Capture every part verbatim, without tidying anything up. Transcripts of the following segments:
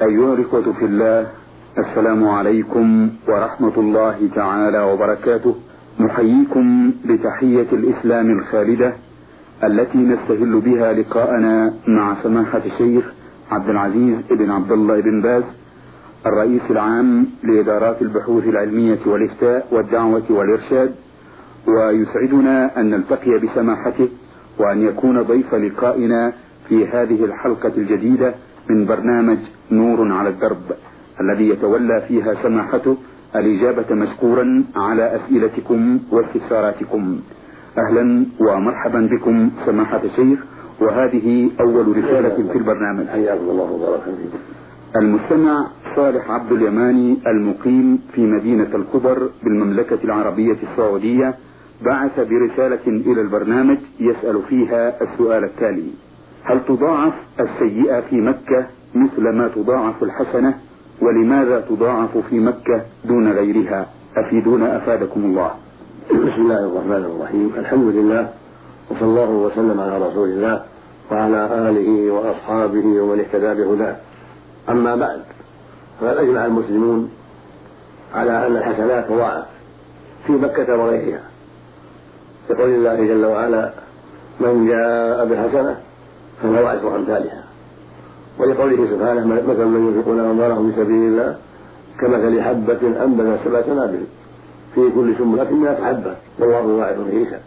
أيها الإخوة في الله، السلام عليكم ورحمة الله تعالى وبركاته. نحييكم بتحية الإسلام الخالدة التي نستهل بها لقاءنا مع سماحة الشيخ عبد العزيز بن عبد الله بن باز، الرئيس العام لإدارات البحوث العلمية والإفتاء والدعوة والإرشاد. ويسعدنا أن نلتقي بسماحته وأن يكون ضيف لقائنا في هذه الحلقة الجديدة من برنامج نور على الدرب، الذي يتولى فيها سماحته الإجابة مشكورا على أسئلتكم واستفساراتكم. أهلا ومرحبا بكم سماحة الشيخ، وهذه أول رسالة في البرنامج. حياكم الله وبارك فيكم. المستمع صالح عبد اليماني المقيم في مدينة الخبر بالمملكة العربية السعودية بعث برسالة إلى البرنامج يسأل فيها السؤال التالي: هل تضاعف السيئة في مكة مثل ما تضاعف الحسنة؟ ولماذا تضاعف في مكة دون غيرها؟ أفيدونا أفادكم الله. بسم الله الرحمن الرحيم. الحمد لله، وصلى الله وسلم على رسول الله وعلى آله وأصحابه ومن اهتدى بهداه. أما بعد، فقد أجمع المسلمون على أن الحسنات تضاعف في مكة وغيرها، يقول الله جل وعلا: من جاء بالحسنة فله عشر أمثالها. ولقوله سبحانه: مثل من ينفقون أموالهم في سبيل الله كمثل حبة أنبتت سبع سنابل في كل سنبلة مئة حبة والله يضاعف من يشاء،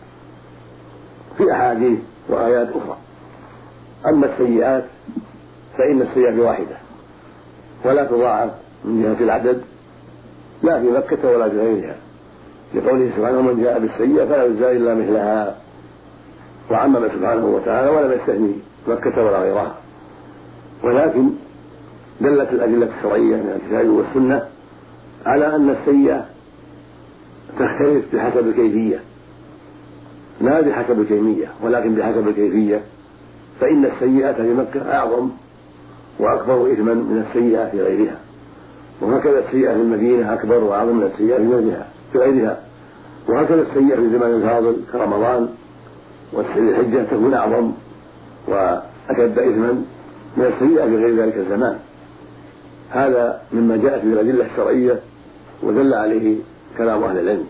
في أحاديث وآيات أخرى. أما السيئات فإن السيئة واحدة ولا تضاعف من جهة العدد، لا في مكة ولا في غيرها، لقوله سبحانه: من جاء بالسيئة فلا يجزى إلا مثلها. وعمم سبحانه وتعالى ولم يستثني مكة ولا غيرها. ولكن دلت الأدلة الشرعية من الكتاب والسنة على أن السيئة تختلف بحسب الكيفية، لا بحسب الكمية ولكن بحسب الكيفية. فإن السيئة في مكة أعظم وأكبر إثما من السيئة في غيرها، وهكذا السيئة في المدينة أكبر وأعظم من السيئة في غيرها، وهكذا السيئة في الزمان الفاضل كرمضان والسنة الحجة تكون أعظم وأشد إثما من السيئة في غير ذلك الزمان. هذا مما جاءت في الأدلة الشرعية ودل عليه كلام أهل العلم.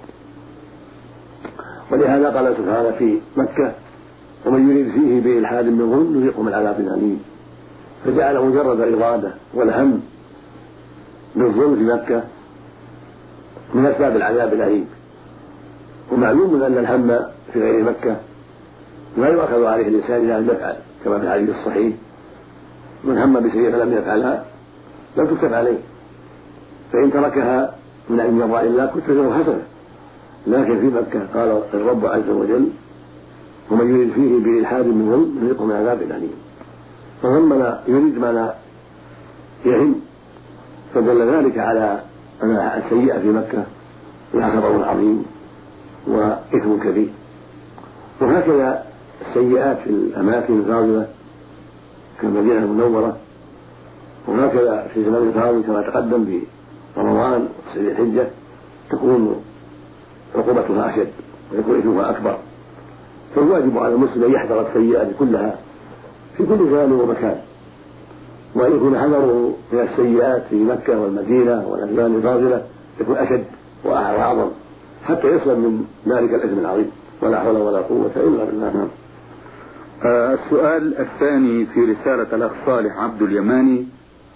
ولهذا قال سبحانه في مكة: ومن يريد فيه بإلحاد من ظلم نذيقه من عذاب أليم. فجعل مجرد الإرادة والهم بالظلم في مكة من أسباب العذاب الأليم. ومعلوم أن الهم في غير مكة لا يؤخذ عليه الإنسان إذا لم يفعل، كما في الحديث الصحيح: من هم بسيئة لم يفعلها لم تكتب عليه، فإن تركها من عند الله الله كتب له حسنة. لكن في مكة قال الرب عز وجل: ومن يريد فيه بإلحاد من ظلم نذيقه من عذاب أليم. فضمن يريد ما لا يهم، فدل ذلك على أن السيئة في مكة لها خطر عظيم وإثم كبير. وهكذا السيئات في الأماكن الفاضلة كالمدينة المنورة، وهكذا في زمان الفاضل كما تقدم في رمضان والسنة الحجة تكون عقوبتها أشد ويكون إثمها أكبر. فالواجب على المسلم أن يحذر السيئات كلها في كل زمان ومكان، وأن يكون حذره من السيئات في مكة والمدينة والأزمان الفاضلة يكون أشد وأعظم حتى يسلم من ذلك الإثم العظيم. ولا حول ولا قوة إلا بالله. آه السؤال الثاني في رسالة الأخ صالح عبد اليماني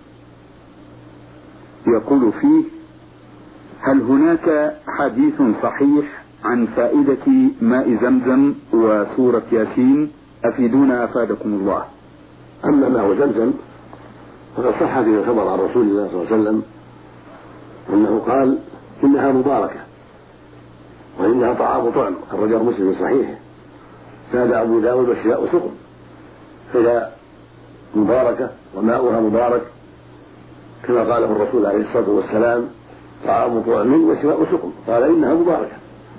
يقول فيه: هل هناك حديث صحيح عن فائدة ماء زمزم وسورة ياسين؟ أفيدونا أفادكم الله. أما ماء زمزم فقد صح في الخبر عن رسول الله صلى الله عليه وسلم أنه قال: إنها مباركة وإنها طعام طعم، أخرجه مسلم في صحيحه. زاد أبو داود: والشفاء سقم. فهي مباركة وماؤها مبارك كما قاله الرسول عليه الصلاة والسلام: طعام طعم وشفاء سقم. قال: إنها مباركة،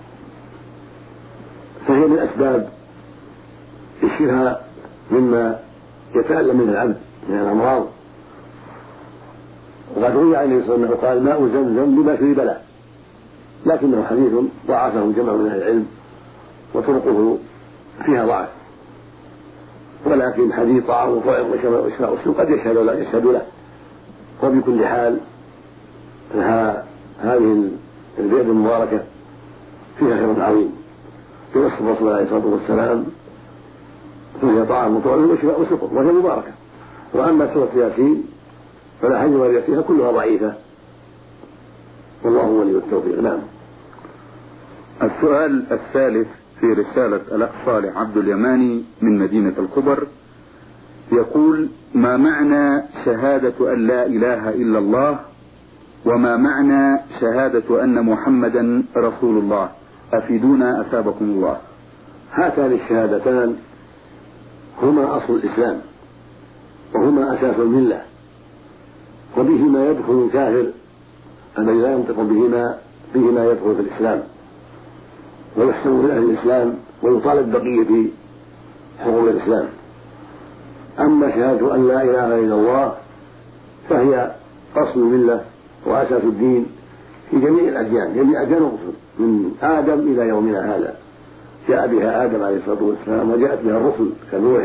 فهي من أسباب الشفاء مما يتألم من العبد من الأمراض. وقد روي عن النبي صلى الله عليه وسلم قال: ماء زمزم لما فيه بلاء، لكنه حديث ضعفه جمع من أهل العلم وطرقه فيها ضعف. ولكن حديث طعام طعم وشفاء السوء قد يشهد له, يشهد له وبكل حال هذه البيئة المباركة فيها خير عظيم بنص الرسول عليه الصلاة والسلام، فيها طعام وطعم وشفاء وسقم وهي مباركة. وأما سورة ياسين فلا حاجة ولا فيها كلها ضعيفة، والله ولي التوفيق. نعم. السؤال الثالث في رسالة الأخ صالح عبد اليماني من مدينة الخبر يقول: ما معنى شهادة أن لا إله إلا الله، وما معنى شهادة أن محمدا رسول الله؟ أفيدونا أثابكم الله. هاتان الشهادتان هما أصل الإسلام وهما أساس الملة، وبهما يدخل الكافر الذي لا ينطق بهما بهما يدخل في الإسلام ويحسن من أهل الإسلام ويطالب بقية حقوق الإسلام. أما شهادة أن لا إله إلا الله فهي أصل الملة وأساس الدين في جميع الأديان، جميع أديان الرسل من آدم إلى يومنا هذا جاء بها آدم عليه الصلاة والسلام، وجاءت بها الرسل كنوح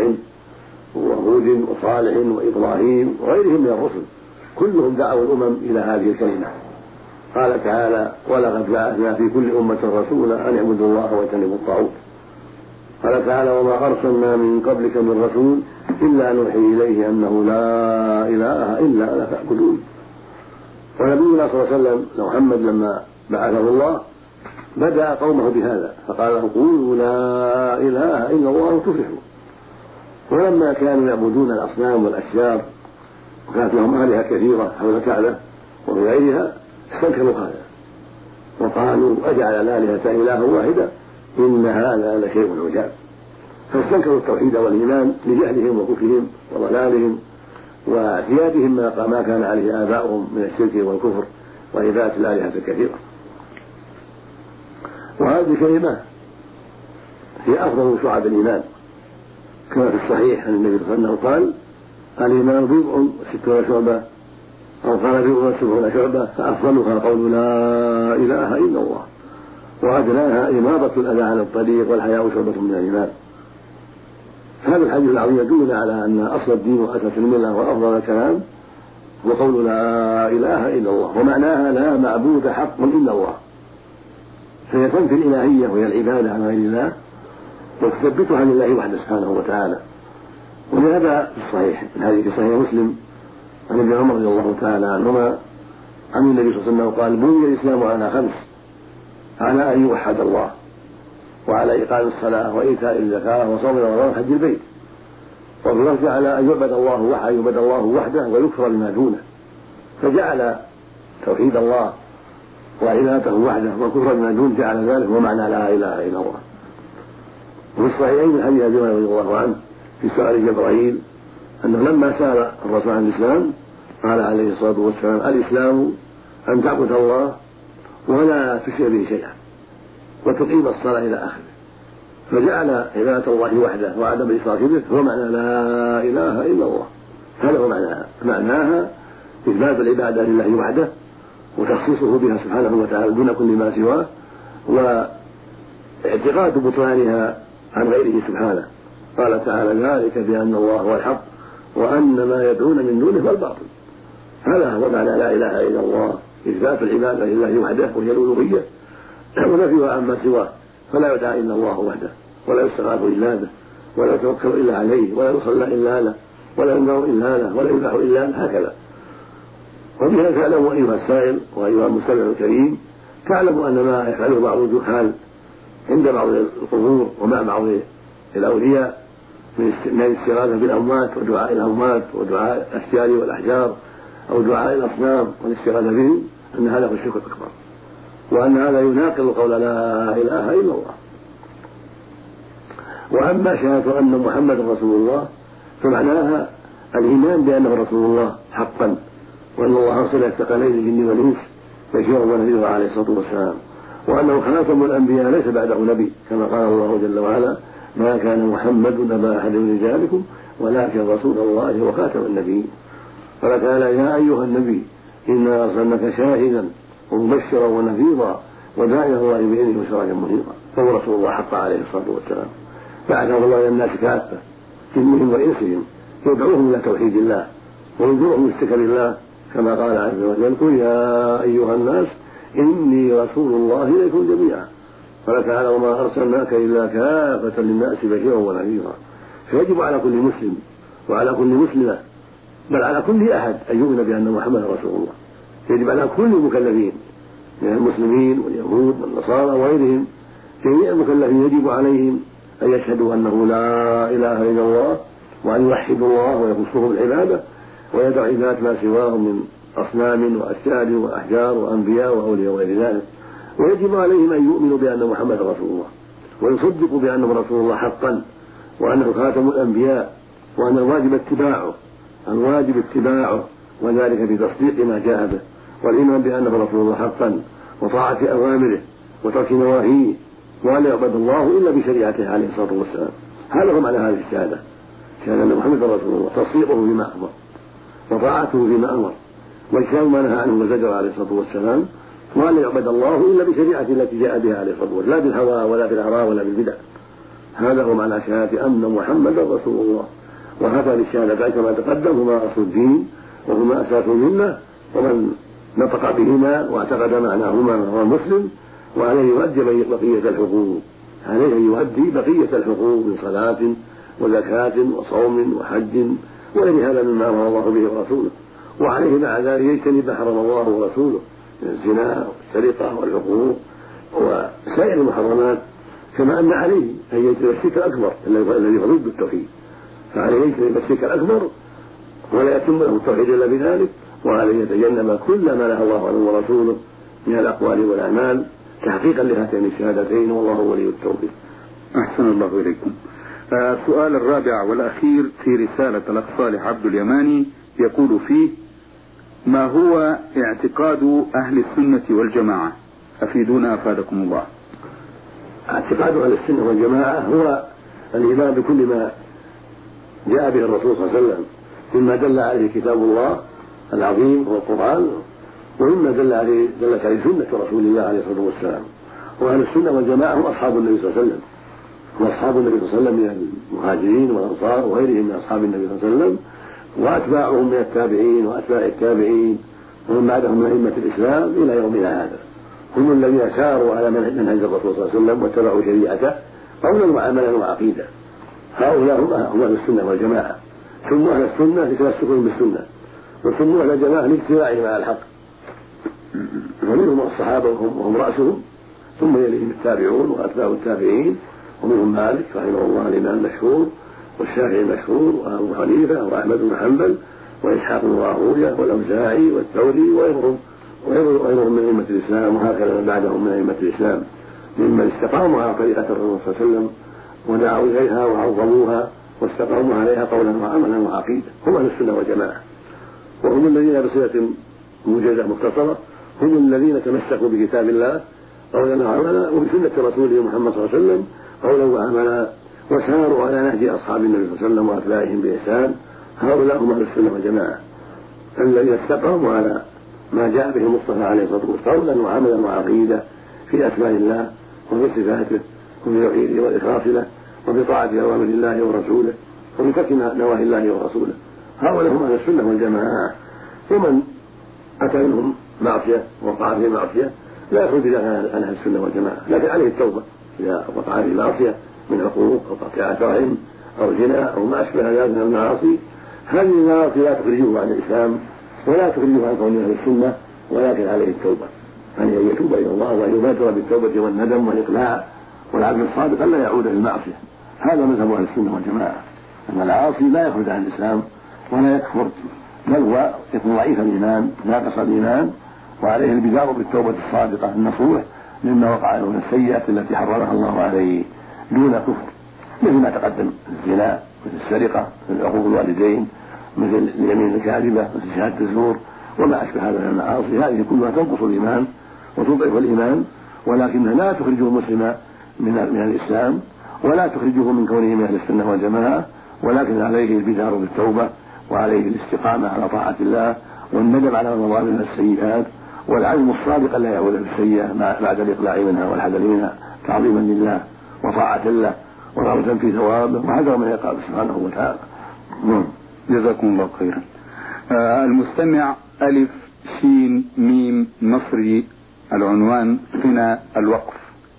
وهود وصالح وإبراهيم وغيرهم من الرسل، كلهم دعوا الأمم إلى هذه الكلمة. قال تعالى: ولقد بعثنا في كل أمة رسولا أن اعبدوا الله واجتنبوا الطاغوت. قال تعالى: وما أرسلنا من قبلك من رسول إلا نوحي إليه أنه لا إله إلا أنا فاعبدون. ونبينا صلى الله عليه وسلم محمد لما بعثه الله بدأ قومه بهذا فقال لهم: قولوا لا إله إلا الله تفلحوا. ولما كانوا يعبدون الأصنام والأشجار وكانت لهم آلهة كثيرة حول الكعبة وفي غيرها استنكروا هذا وقالوا: أجعل الآلهة إلها واحدة إن هذا لشيء عجاب. فاستنكروا التوحيد والإيمان لجهلهم وكفرهم وضلالهم واعتيادهم ما كان عليه آباؤهم من الشرك والكفر وعبادة الآلهة الكثيرة. وهذه الكلمة هي أفضل شعب الإيمان، كما في الصحيح عن النبي صلى الله عليه وسلم قال: الإيمان بضع وستون شعبة، أو قال بضع وسبعون شعبة، فأفضلها قول لا إله إلا الله، وأدناها إماطة الأذى عن الطريق، والحياء شعبة من الإيمان. هذا الحديث العظيم يدلنا على أن أصل الدين وأساس الملة وأفضل الكلام هو قول لا إله إلا الله، ومعناها لا معبود حق إلا الله، فهي تنفي الإلهية وهي العبادة عن غير الله وتثبتها لله وحده سبحانه وتعالى. ولهذا في الصحيح من هذه في صحيح مسلم عن ابن عمر رضي الله تعالى عنهما عن النبي صلى الله عليه وسلم قال: بني الإسلام على خمس: على أن يوحد الله، وعلى إقام الصلاة وإيتاء الزكاة وصوم رمضان وحج البيت. وفي لفظ: على أن يعبد الله وحده يعبد الله وحده ويكفر بما دونه. فجعل توحيد الله وعبادته وحده والكفر بما دونه جعل ذلك ومعنى لا إله إلا الله. وفي الصحيحين من حديث أبي هريرة رضي الله عنه في سؤال جبرائيل أنه لما سأل الرسول عن الإسلام قال عليه الصلاة والسلام: الإسلام أن تعبد الله ولا تشرك به شيئا وتقيم الصلاة إلى آخره. فجعل عبادة الله وحده وعدم الإشراك به هو معنى لا إله إلا الله. هذا هو معناها، معناها إثبات العبادة لله وحده وتخصيصه بها سبحانه وتعالى دون كل ما سواه، واعتقاد بطلانها عن غيره سبحانه. قال تعالى: ذلك بأن الله هو الحق وأن ما يدعون من دونه هو الباطل. هذا هو معنى لا إله إلا الله، إثبات العبادة لله وحده وهي الألوهية ونفيها عما سواه، فلا يدعى إلا الله وحده، ولا يستغاث إلا به، ولا يتوكل إلا عليه، ولا يصلى إلا له، ولا ينذر إلا له، ولا يذبح إلا له، هكذا. وبها تعلم أيها السائل وأيها المستمع الكريم، تعلم أن ما يفعله بعض الجهال عند بعض القبور ومع بعض الأولياء من الاستغاثة بالأموات ودعاء الأموات ودعاء الأشجار والأحجار أو دعاء الأصنام والاستغاثة بهم، أن هذا هو الشرك الأكبر، وأن هذا يناقض قول لا إله إلا الله. وأما شهادة أن محمد رسول الله فمعناها الإيمان بأنه رسول الله حقا، وأن الله أرسل الثقلين الجن والإنس بشيرا ونذيرا عليه الصلاة والسلام، وأنه خاتم الأنبياء ليس بعده نبي، كما قال الله جل وعلا: ما كان محمد أبا أحد من رجالكم ولكن رسول الله وخاتم النبيين. قال تعالى: يا أيها النبي إنا أرسلناك شاهدا ومبشرا ونذيرا وداعيا إلى الله بإذنه وسراجا منيرا. فهو رسول الله حق عليه الصلاة والسلام، بعثه الله إلى الناس كافة جنهم وإنسهم، يدعوهم إلى توحيد الله وينذرهم من الشرك بالله كما قال عز وجل قل يا أيها الناس إني رسول الله إليكم جميعا قال تعالى وما أرسلناك إلا كافة للناس بشيرا ونذيرا. فيجب على كل مسلم وعلى كل مسلمة بل على كل أحد أن يؤمن بأن محمدا رسول الله. يجب على كل المكلفين من المسلمين واليهود والنصارى وغيرهم جميع المكلفين يجب عليهم أن يشهدوا أنه لا إله إلا الله وأن يوحدوا الله ويخصوه بالعبادة ويدع عبادة ما سواه من أصنام وأشجار وأحجار وأنبياء وأولياء وغير ذلك. ويجب عليهم أن يؤمنوا بأن محمدا رسول الله ويصدقوا بأنه رسول الله حقا وأنه خاتم الأنبياء وأن الواجب اتباعه الواجب اتباعه وذلك بتصديق ما جاء به والإيمان بأنه رسول الله حقا وطاعة أوامره وترك نواهيه ولا يعبد الله إلا بشريعته عليه الصلاة والسلام. هذا هو معنى هذه الشهادة شهادة أن محمدا رسول الله تصديقه بما أمر وطاعته بما أمر واجتناب ما نهى عنه وزجر عليه الصلاة والسلام ولا يعبد الله إلا بشريعته التي جاء بها عليه الصلاة والسلام لا بالهوى ولا بالأهواء ولا بالبدع. هذا هو معنى شهادة أن محمدا رسول الله. وهذا للشهادتين كما تقدم هما أصل الدين وهما أساس الملة ومن نطق بهما واعتقد معناهما وهو المسلم وعليه يؤدي بقية الحقوق عليه يؤدي بقية الحقوق من صلاة وزكاة وصوم وحج وغير هذا مما أمر الله به ورسوله. وعليه مع ذلك يجتنب ما حرم الله ورسوله من الزنا والسرقة والحقوق وسائر المحرمات كما أن عليه أن يجتنب الشرك الأكبر الذي هو ضد التوحيد فعليه يجتنب الشرك الأكبر ولا يتم له التوحيد إلا بذلك وعليه يتجنب كل ما نهى الله عنه ورسوله من الأقوال والأعمال تحقيقا لهاتين الشهادتين والله ولي التوفيق. أحسن الله إليكم. السؤال الرابع والأخير في رسالة الأخ صالح عبد اليماني يقول فيه ما هو اعتقاد أهل السنة والجماعة؟ أفيدونا أفادكم الله. اعتقاد أهل السنة والجماعة هو الإيمان بكل ما جاء به الرسول صلى الله عليه وسلم مما دل عليه كتاب الله العظيم هو القرآن ومما دل عليه دلت عليه سنة رسول الله عليه الصلاة والسلام. وأهل السنة والجماعة هم أصحاب النبي صلى الله عليه وسلم وأصحاب النبي صلى الله عليه وسلم من المهاجرين والأنصار وغيرهم من أصحاب النبي صلى الله عليه وسلم وأتباعهم من التابعين وأتباع التابعين ومن بعدهم من أئمة الإسلام إلى يومنا هذا هم الذين ساروا على منهج الرسول صلى الله عليه وسلم واتبعوا شريعته قولا وعملا وعقيدة. هؤلاء هم أهل السنة والجماعة ثم أهل السنة لتمسكهم بالسنة وثم أهل الجماعة لاجتماعهم على الحق ومنهم الصحابة وهم رأسهم ثم يليهم التابعون وأتباع التابعين ومنهم مالك رحمه الله الإمام المشهور والشافعي المشهور وأبو حنيفة وأحمد بن حنبل وإسحاق بن راهويه والأوزاعي والثوري وغيرهم وغيرهم من أئمة الإسلام وهكذا من بعدهم من أئمة الإسلام ممن استقاموا على طريقة الرسول صلى الله عليه وسلم ودعوا إليها وعظموها واستقاموا عليها قولا وعملا وعقيدة هم أهل السنة والجماعة. وهم الذين بصيغة موجزة مختصرة هم الذين تمسكوا بكتاب الله قولا وعملا وبسنة رسوله محمد صلى الله عليه وسلم قولا وعملا وساروا على نهج أصحاب النبي صلى الله عليه وسلم وأتباعهم بإحسان. هؤلاء هم أهل السنة والجماعة الذين استقاموا على ما جاء به المصطفى عليه الصلاة والسلام قولا وعملا وعقيدة في أسماء الله وفي صفاته وفي توحيده والإخلاص له وفي طاعة أوامر الله ورسوله وفي ترك نواهي الله ورسوله. هؤلاء هم أهل السنة والجماعة. ومن أتى منهم معصية وقع في معصية لا يخرج عن أهل السنة والجماعة لكن عليه التوبة إذا وقع في معصية من عقوق أو قطيعة رحم أو زنا أو ما أشبه ذلك من المعاصي هذه المعاصي لا تخرجه عن الإسلام ولا تخرجه عن كونه أهل السنة ولكن عليه التوبة يعني أن يتوب إلى الله وأن يبادر بالتوبة والندم والإقلاع والعزم الصادق ألا يعود للمعصية. هذا مذهب أهل السنة والجماعة أن العاصي لا يخرج عن الإسلام ولا يكفر بل هو يكون ضعيف الإيمان ناقص الإيمان وعليه البدار بالتوبة الصادقة النصوح مما وقع من السيئات التي حرمها الله عليه دون كفر مثل ما تقدم الزنا مثل السرقة مثل عقوق الوالدين مثل اليمين الكاذبة مثل شهادة الزور وما أشبه هذا من المعاصي. هذه كلها تنقص الإيمان وتضعف الإيمان ولكنها لا تخرجه المسلم من, من الإسلام ولا تخرجه من كونه من أهل السنة والجماعة ولكن عليه البدار بالتوبة وعليه الاستقامة على طاعة الله والندم على ما مضى من السيئات والعزم الصادق لا يعود بالسيئة بعد الإقلاع منها والحذر منها تعظيما لله وطاعة له ورغبة في ثوابه وحذر من عقابه سبحانه وتعالى. جزاكم الله خيرا. آه المستمع ألف شين ميم مصري العنوان قنا الوقف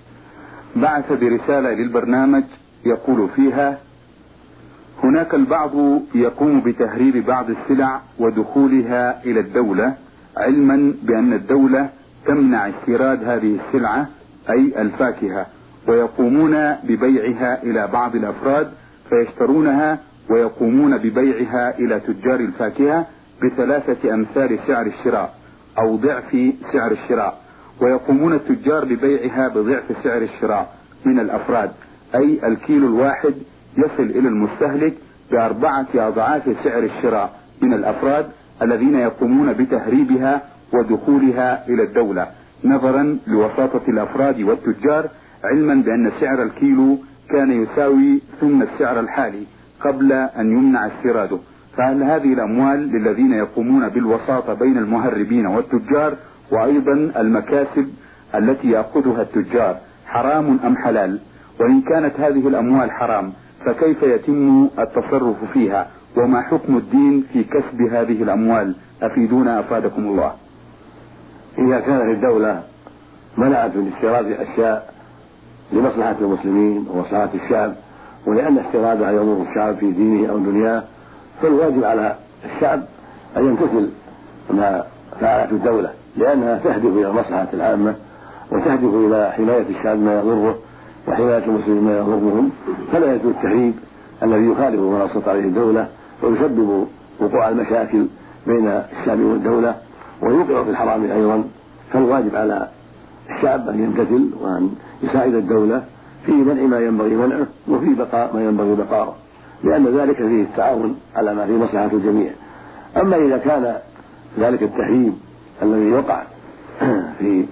بعث برسالة للبرنامج يقول فيها: هناك البعض يقوم بتهريب بعض السلع ودخولها إلى الدولة علما بأن الدولة تمنع استيراد هذه السلعة أي الفاكهة، ويقومون ببيعها إلى بعض الأفراد فيشترونها ويقومون ببيعها إلى تجار الفاكهة بثلاثة أمثال سعر الشراء أو ضعف سعر الشراء، ويقومون التجار ببيعها بضعف سعر الشراء من الأفراد، أي الكيلو الواحد يصل إلى المستهلك بأربعة أضعاف سعر الشراء من الأفراد الذين يقومون بتهريبها ودخولها إلى الدولة نظرا لوساطة الأفراد والتجار، علما بأن سعر الكيلو كان يساوي ثم السعر الحالي قبل أن يمنع استيراده. فهل هذه الأموال للذين يقومون بالوساطة بين المهربين والتجار وأيضا المكاسب التي يأخذها التجار حرام أم حلال؟ وإن كانت هذه الأموال حرام فكيف يتم التصرف فيها؟ وما حكم الدين في كسب هذه الأموال؟ أفيدونا أفادكم الله. إذا كانت الدولة منعت من استيراد أشياء لمصلحة المسلمين ومصلحة الشعب ولأن استيرادها يضر الشعب في دينه أو دنياه، فالواجب على الشعب أن يمتثل ما فعلته الدولة، لأنها تهدف إلى المصلحة العامة وتهدف إلى حماية الشعب ما يضره وحماية المسلمين ما يضرهم، فلا يجوز التهريب الذي يخالف ما نصت عليه الدولة ويسبب وقوع المشاكل بين الشعب والدولة ويوقع في الحرام أيضا. فالواجب على الشعب أن يمتثل وأن يساعد الدولة في منع ما ينبغي منعه وفي بقاء ما ينبغي بقاءه، لأن ذلك فيه التعاون على ما في مصلحة الجميع. أما إذا كان ذلك التحريم الذي وقع في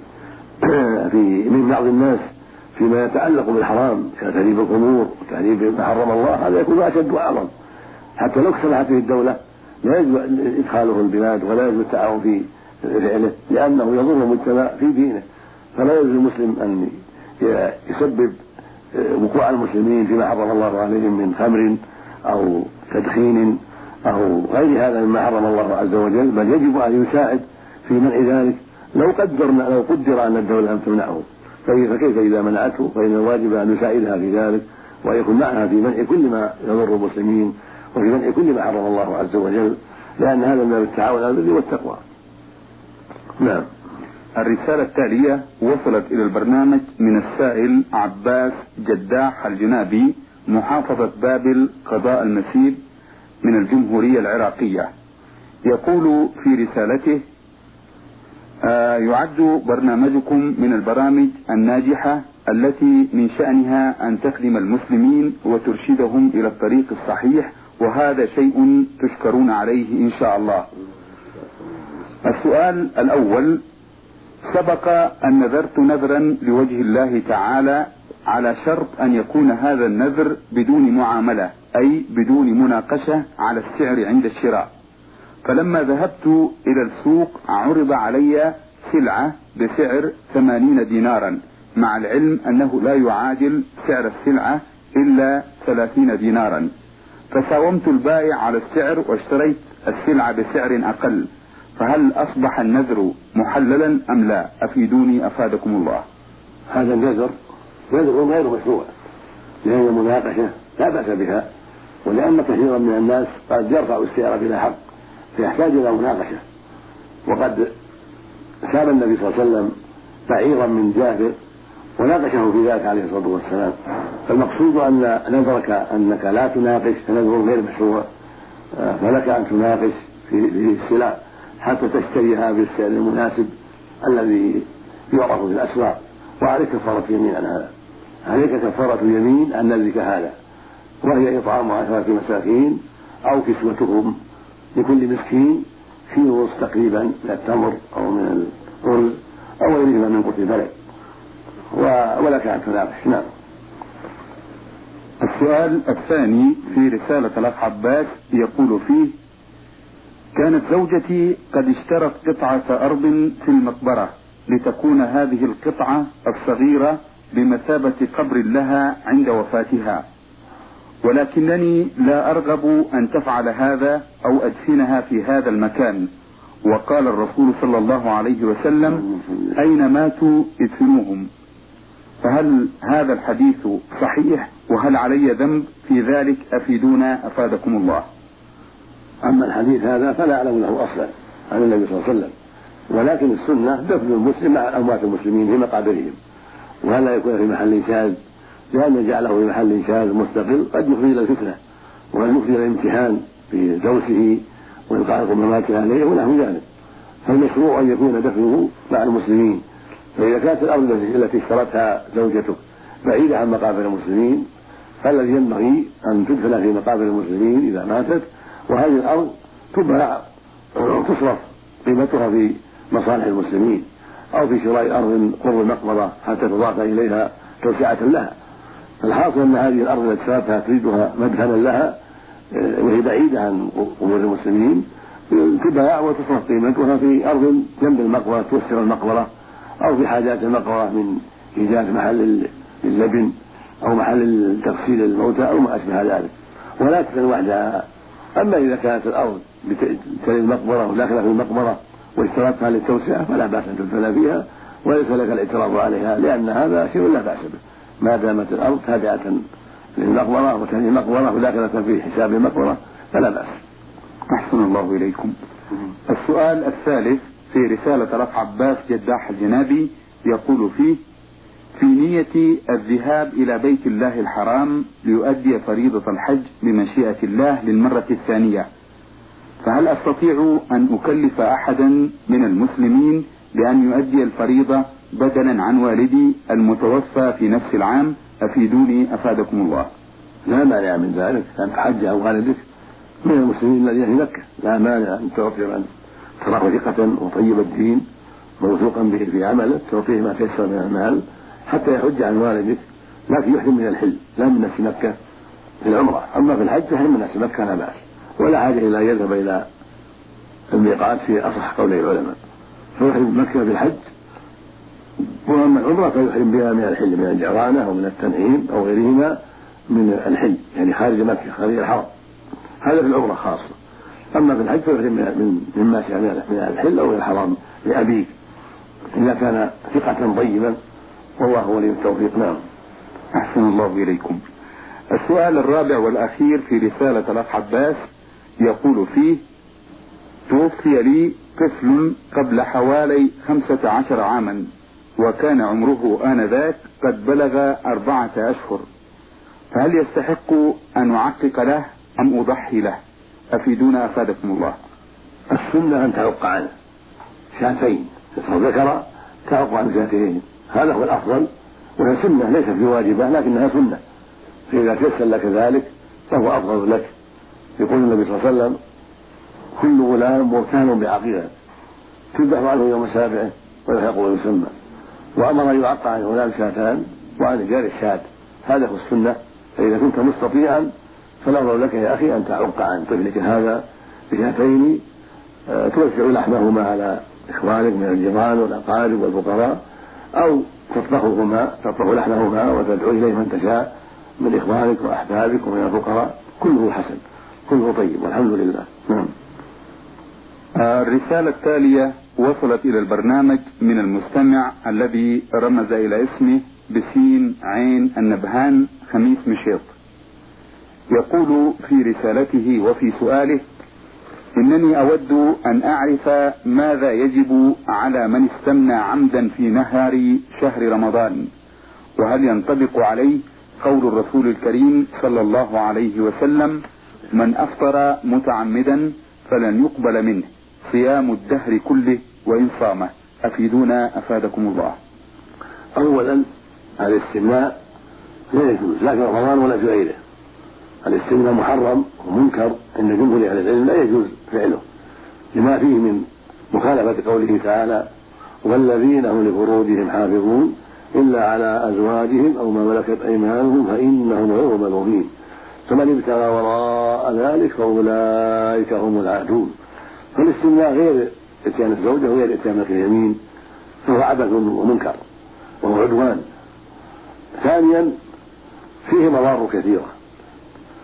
في من بعض الناس فيما يتعلق بالحرام كتهريب الخمور وتهريب ما حرم الله، هذا يكون أشد وأعظم، حتى لو سمحت به الدولة لا يجب إدخاله البلاد ولا يجب التعاون في فعله، لأنه يضر المجتمع في دينه. فلا يجوز المسلم أن يسبب وقوع المسلمين فيما حرم الله عليهم من خمر أو تدخين أو غير هذا مما حرم الله عز وجل، بل يجب أن يساعد في منع ذلك لو قدرنا لو قدر أن الدولة لم تمنعه، فكيف إذا منعته؟ فإن الواجب أن نساعدها في ذلك ويكون معها في منع كل ما يضر المسلمين وفي منع كل ما حرم الله عز وجل، لأن هذا من التعاون على البر والتقوى. نعم. الرسالة التالية وصلت إلى البرنامج من السائل عباس جداح الجنابي محافظة بابل قضاء المسيب من الجمهورية العراقية. يقول في رسالته: آه يعد برنامجكم من البرامج الناجحة التي من شأنها أن تخدم المسلمين وترشدهم إلى الطريق الصحيح، وهذا شيء تشكرون عليه إن شاء الله. السؤال الأول: سبق أن نذرت نذرا لوجه الله تعالى على شرط أن يكون هذا النذر بدون معاملة، أي بدون مناقشة على السعر عند الشراء، فلما ذهبت إلى السوق عرض علي سلعة بسعر ثمانين دينارا، مع العلم أنه لا يعادل سعر السلعة إلا ثلاثين دينارا، فساومت البائع على السعر واشتريت السلعة بسعر أقل، فهل أصبح النذر محللا أم لا؟ أفيدوني أفادكم الله. هذا النذر نذر غير مشروع، لأن المناقشة لا بأس بها، ولأن كثيرا من الناس قد يرفع السعر بلا حق فيحتاج إلى مناقشة، وقد ساب النبي صلى الله عليه وسلم بعيرا من جابر وناقشه في ذلك عليه الصلاة والسلام. فالمقصود أن نذرك أنك لا تناقش نذر غير مشروع، فلك أن تناقش في السلع حتى تشتريها بالسعر المناسب الذي يعرف في الأسواق، وعليك كفارة يمين عن هذا، عليك كفارة يمين عن نذرك هذا، وهي إطعام عشرة مساكين أو كسوتهم لكل مسكين في نص تقريبا من التمر أو من الرز أو غيرهما من قوت البلد، ولك أن تناقش. نعم. السؤال الثاني في رسالة الأخ عباس يقول فيه: كانت زوجتي قد اشترت قطعة أرض في المقبرة لتكون هذه القطعة الصغيرة بمثابة قبر لها عند وفاتها، ولكنني لا أرغب أن تفعل هذا أو أدفنها في هذا المكان، وقال الرسول صلى الله عليه وسلم أين ماتوا ادفنوهم. فهل هذا الحديث صحيح؟ وهل علي ذنب في ذلك؟ أفيدونا أفادكم الله. أما الحديث هذا فلا أعلم له أصلا عن النبي صلى الله عليه وسلم، ولكن السنة دفن المسلم مع أموات المسلمين في مقابرهم، وهلا يكون في محل شاذ، لأن جعله في محل شاذ مستقل قد يفضي إلى الفتنة وقد يفضي إلى الامتحان في دوسه وإلقاء القمامات عليه ونحو ذلك، فالمشروع أن يكون دفنه مع المسلمين. فإذا كانت الأرض التي اشترتها زوجتك بعيدة عن مقابر المسلمين فالذي ينبغي أن تدفن في مقابر المسلمين إذا ماتت، وهذه الأرض تباع وتصرف قيمتها في مصالح المسلمين أو في شراء أرض قرب المقبرة حتى تضاف إليها توسعة لها. الحاصل أن هذه الأرض التي اشترتها تريدها مدفنا لها وهي بعيدة عن قبور المسلمين تباع وتصرف قيمتها في أرض جنب المقبرة توسع المقبرة، أو في حاجات المقبرة من إيجاد محل اللبن أو محل تغسيل الموتى أو ما أشبه ذلك، ولا تكون وحدها. أما إذا كانت الأرض تلي المقبرة وداخلة في المقبرة واشترطها للتوسعة فلا بأس أن تدفن فيها، وليس لك الاعتراض عليها، لأن هذا شيء لا بأس به ما دامت الأرض تابعة للمقبرة وتلي المقبرة وداخلة في حساب المقبرة فلا بأس. أحسن الله إليكم. السؤال الثالث في رسالة رفع عباس جداح الجنابي، يقول فيه: في نية الذهاب إلى بيت الله الحرام ليؤدي فريضة الحج بمشيئة الله للمرة الثانية، فهل أستطيع أن أكلف أحدا من المسلمين بأن يؤدي الفريضة بدلا عن والدي المتوفى في نفس العام؟ أفيدوني أفادكم الله. لا مانع من ذلك، أن تحج عن والدك من المسلمين الذين في مكة، لا مانع أن تعطي من تراه ثقة وطيب الدين موثوقا به في عمله تعطيه ما تيسر من المال حتى يحج عن والدك، لكن يحرم من الحل لا من نفس مكة في العمرة. أما في الحج يحرم من نفس مكة لا بأس، ولا حاجة إلى أن يذهب إلى الميقات في أصح قولي العلماء، فيحرم مكة في الحج، وأما العمرة فيحرم بها من الحل من الجعرانة أو من التنعيم أو غيرهما من الحل، يعني خارج مكة خارج الحرم، هذا في العمرة خاصة. أما في الحج فيحرم من مما سمع من الحل أو الحرام لأبيك إذا كان ثقة طيبا والله ولي التوفيق. نعم. أحسن الله إليكم. السؤال الرابع والأخير في رسالة رفع عباس، يقول فيه: توفي لي طفل قبل حوالي خمسة عشر عاما، وكان عمره آنذاك قد بلغ أربعة أشهر، فهل يستحق أن أعقق له أم أضحي له؟ أفيدونا أفادكم الله. السنة أن تعق عنه شاتين، ذكر تعق عن شاتين، هذا هو الأفضل، وهي سنة ليست بواجبة لكنها سنة، فإذا تيسر لك ذلك فهو أفضل لك. يقول النبي صلى الله عليه وسلم: كل غلام مرتهن بعقيقة تذبح عنه يوم سابعه ويحق ويسمى، وأمر أن يعق عن غلام شاتان وعن رجال الشاة، هذا هو السنة. فإذا كنت مستطيعا فالأفضل لك يا أخي أن تعق عن طفلك هذا بشاتين توزع لحمهما على إخوانك من الجيران والأقارب والفقراء، أو تطبخهما تطبخ لحمهما وتدعو إليه من تشاء من إخوانك وأحبابك ومن الفقراء، كله حسن كله طيب والحمد لله. نعم. الرسالة التالية وصلت إلى البرنامج من المستمع الذي رمز إلى اسمه بسين عين النبهان خميس مشيط، يقول في رسالته وفي سؤاله: إنني أود أن أعرف ماذا يجب على من استمنى عمدا في نهار شهر رمضان، وهل ينطبق عليه قول الرسول الكريم صلى الله عليه وسلم: من أفطر متعمدا فلن يقبل منه صيام الدهر كله وإن صامه؟ أفيدونا أفادكم الله. أولا الاستمناء لا يجوز لا في رمضان ولا في غيره، الاستمناء محرم ومنكر عند جمهور أهل العلم، لا يجوز فعله لما فيه من مخالفة قوله تعالى: والذين هم لفروجهم حافظون إلا على أزواجهم أو ما ملكت أيمانهم فإنهم غير ملومين فمن ابتغى وراء ذلك فأولئك هم العادون. فالاستمناء غير اتيان الزوجة وغير اتيان اليمين، فهو عبث ومنكر وهو عدوان. ثانيا فيه مضار كثيرة،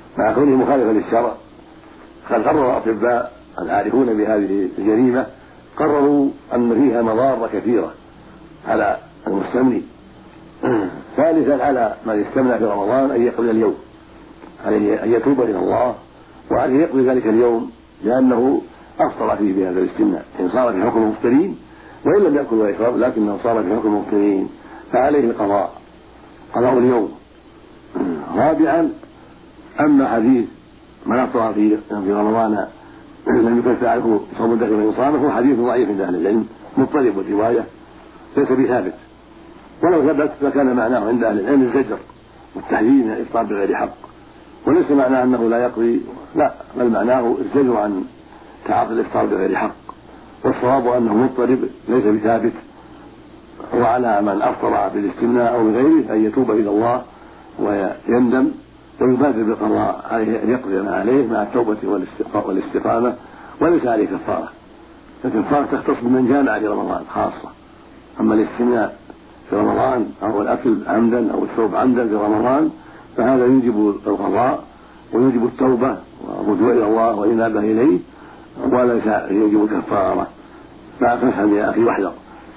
مع كونه مخالفا للشرع. قد قرر الأطباء العارفون بهذه الجريمة قرروا أن فيها مضار كثيرة على المستمني. ثالثا على من استمنى في رمضان أن يقضي اليوم، عليه أن يتوب إلى الله وعليه يقضي ذلك اليوم لأنه أفطر فيه بهذا الاستمناء، إن صار في حكم المفطرين وإن لم يأكل ويشرب لكنه صار في حكم المفطرين فعليه القضاء، قضاء اليوم. رابعا أما حديث من أفطر في رمضان لم يكفر عنه صوم الدهر من صامه هو حديث ضعيف عند أهل العلم مضطرب والرواية ليس بثابت، ولو ثبت فكان معناه عند أهل العلم الزجر والتحذير من الإفطار بغير حق، وليس معناه أنه لا يقضي، لا، بل معناه الزجر عن تعاطي الإفطار بغير حق. والصواب أنه مضطرب ليس بثابت، وعلى من أفطر بالاستمناء أو بغيره أن يتوب إلى الله ويندم ويبادر بالقضاء، عليه أن يقضي ما عليه مع التوبة والاستقامة وليس عليه كفارة. الكفارة تختص بمن جامع في رمضان خاصة، أما الاستمناء في رمضان أو الأكل عمدا أو الشرب عمدا في رمضان فهذا يوجب القضاء ويوجب التوبة والرجوع إلى الله والإنابة إليه وليس يوجب الكفارة. فافهم يا أخي واحذر.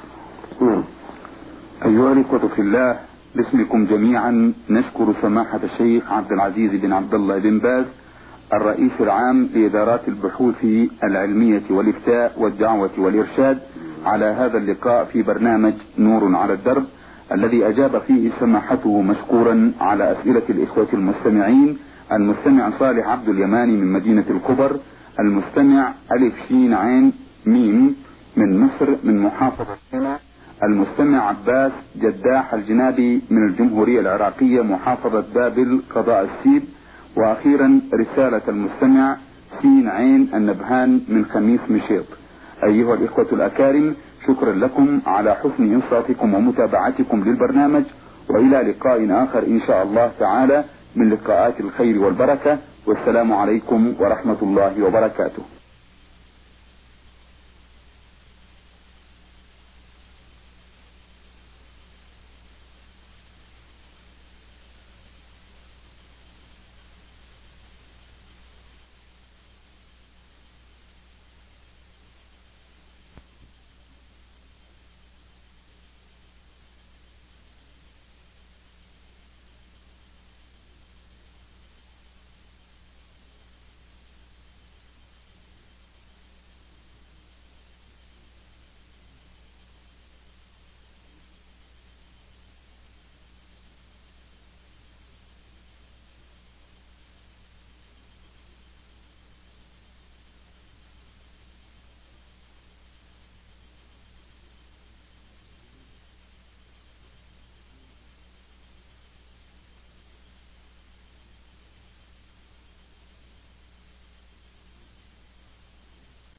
أيها الإخوة في الله، باسمكم جميعا نشكر سماحة الشيخ عبد العزيز بن عبد الله بن باز الرئيس العام لإدارات البحوث العلمية والإفتاء والدعوة والإرشاد على هذا اللقاء في برنامج نور على الدرب، الذي أجاب فيه سماحته مشكورا على أسئلة الإخوة المستمعين. المستمع صالح عبد اليماني من مدينة الخبر، المستمع ألف شين عين ميم من مصر من محافظة سيناء، المستمع عباس جداح الجنابي من الجمهورية العراقية محافظة بابل قضاء السيب، وأخيرا رسالة المستمع سين عين النبهان من خميس مشيط. أيها الإخوة الأكارم، شكرا لكم على حسن إنصاتكم ومتابعتكم للبرنامج، وإلى لقاء آخر إن شاء الله تعالى من لقاءات الخير والبركة، والسلام عليكم ورحمة الله وبركاته.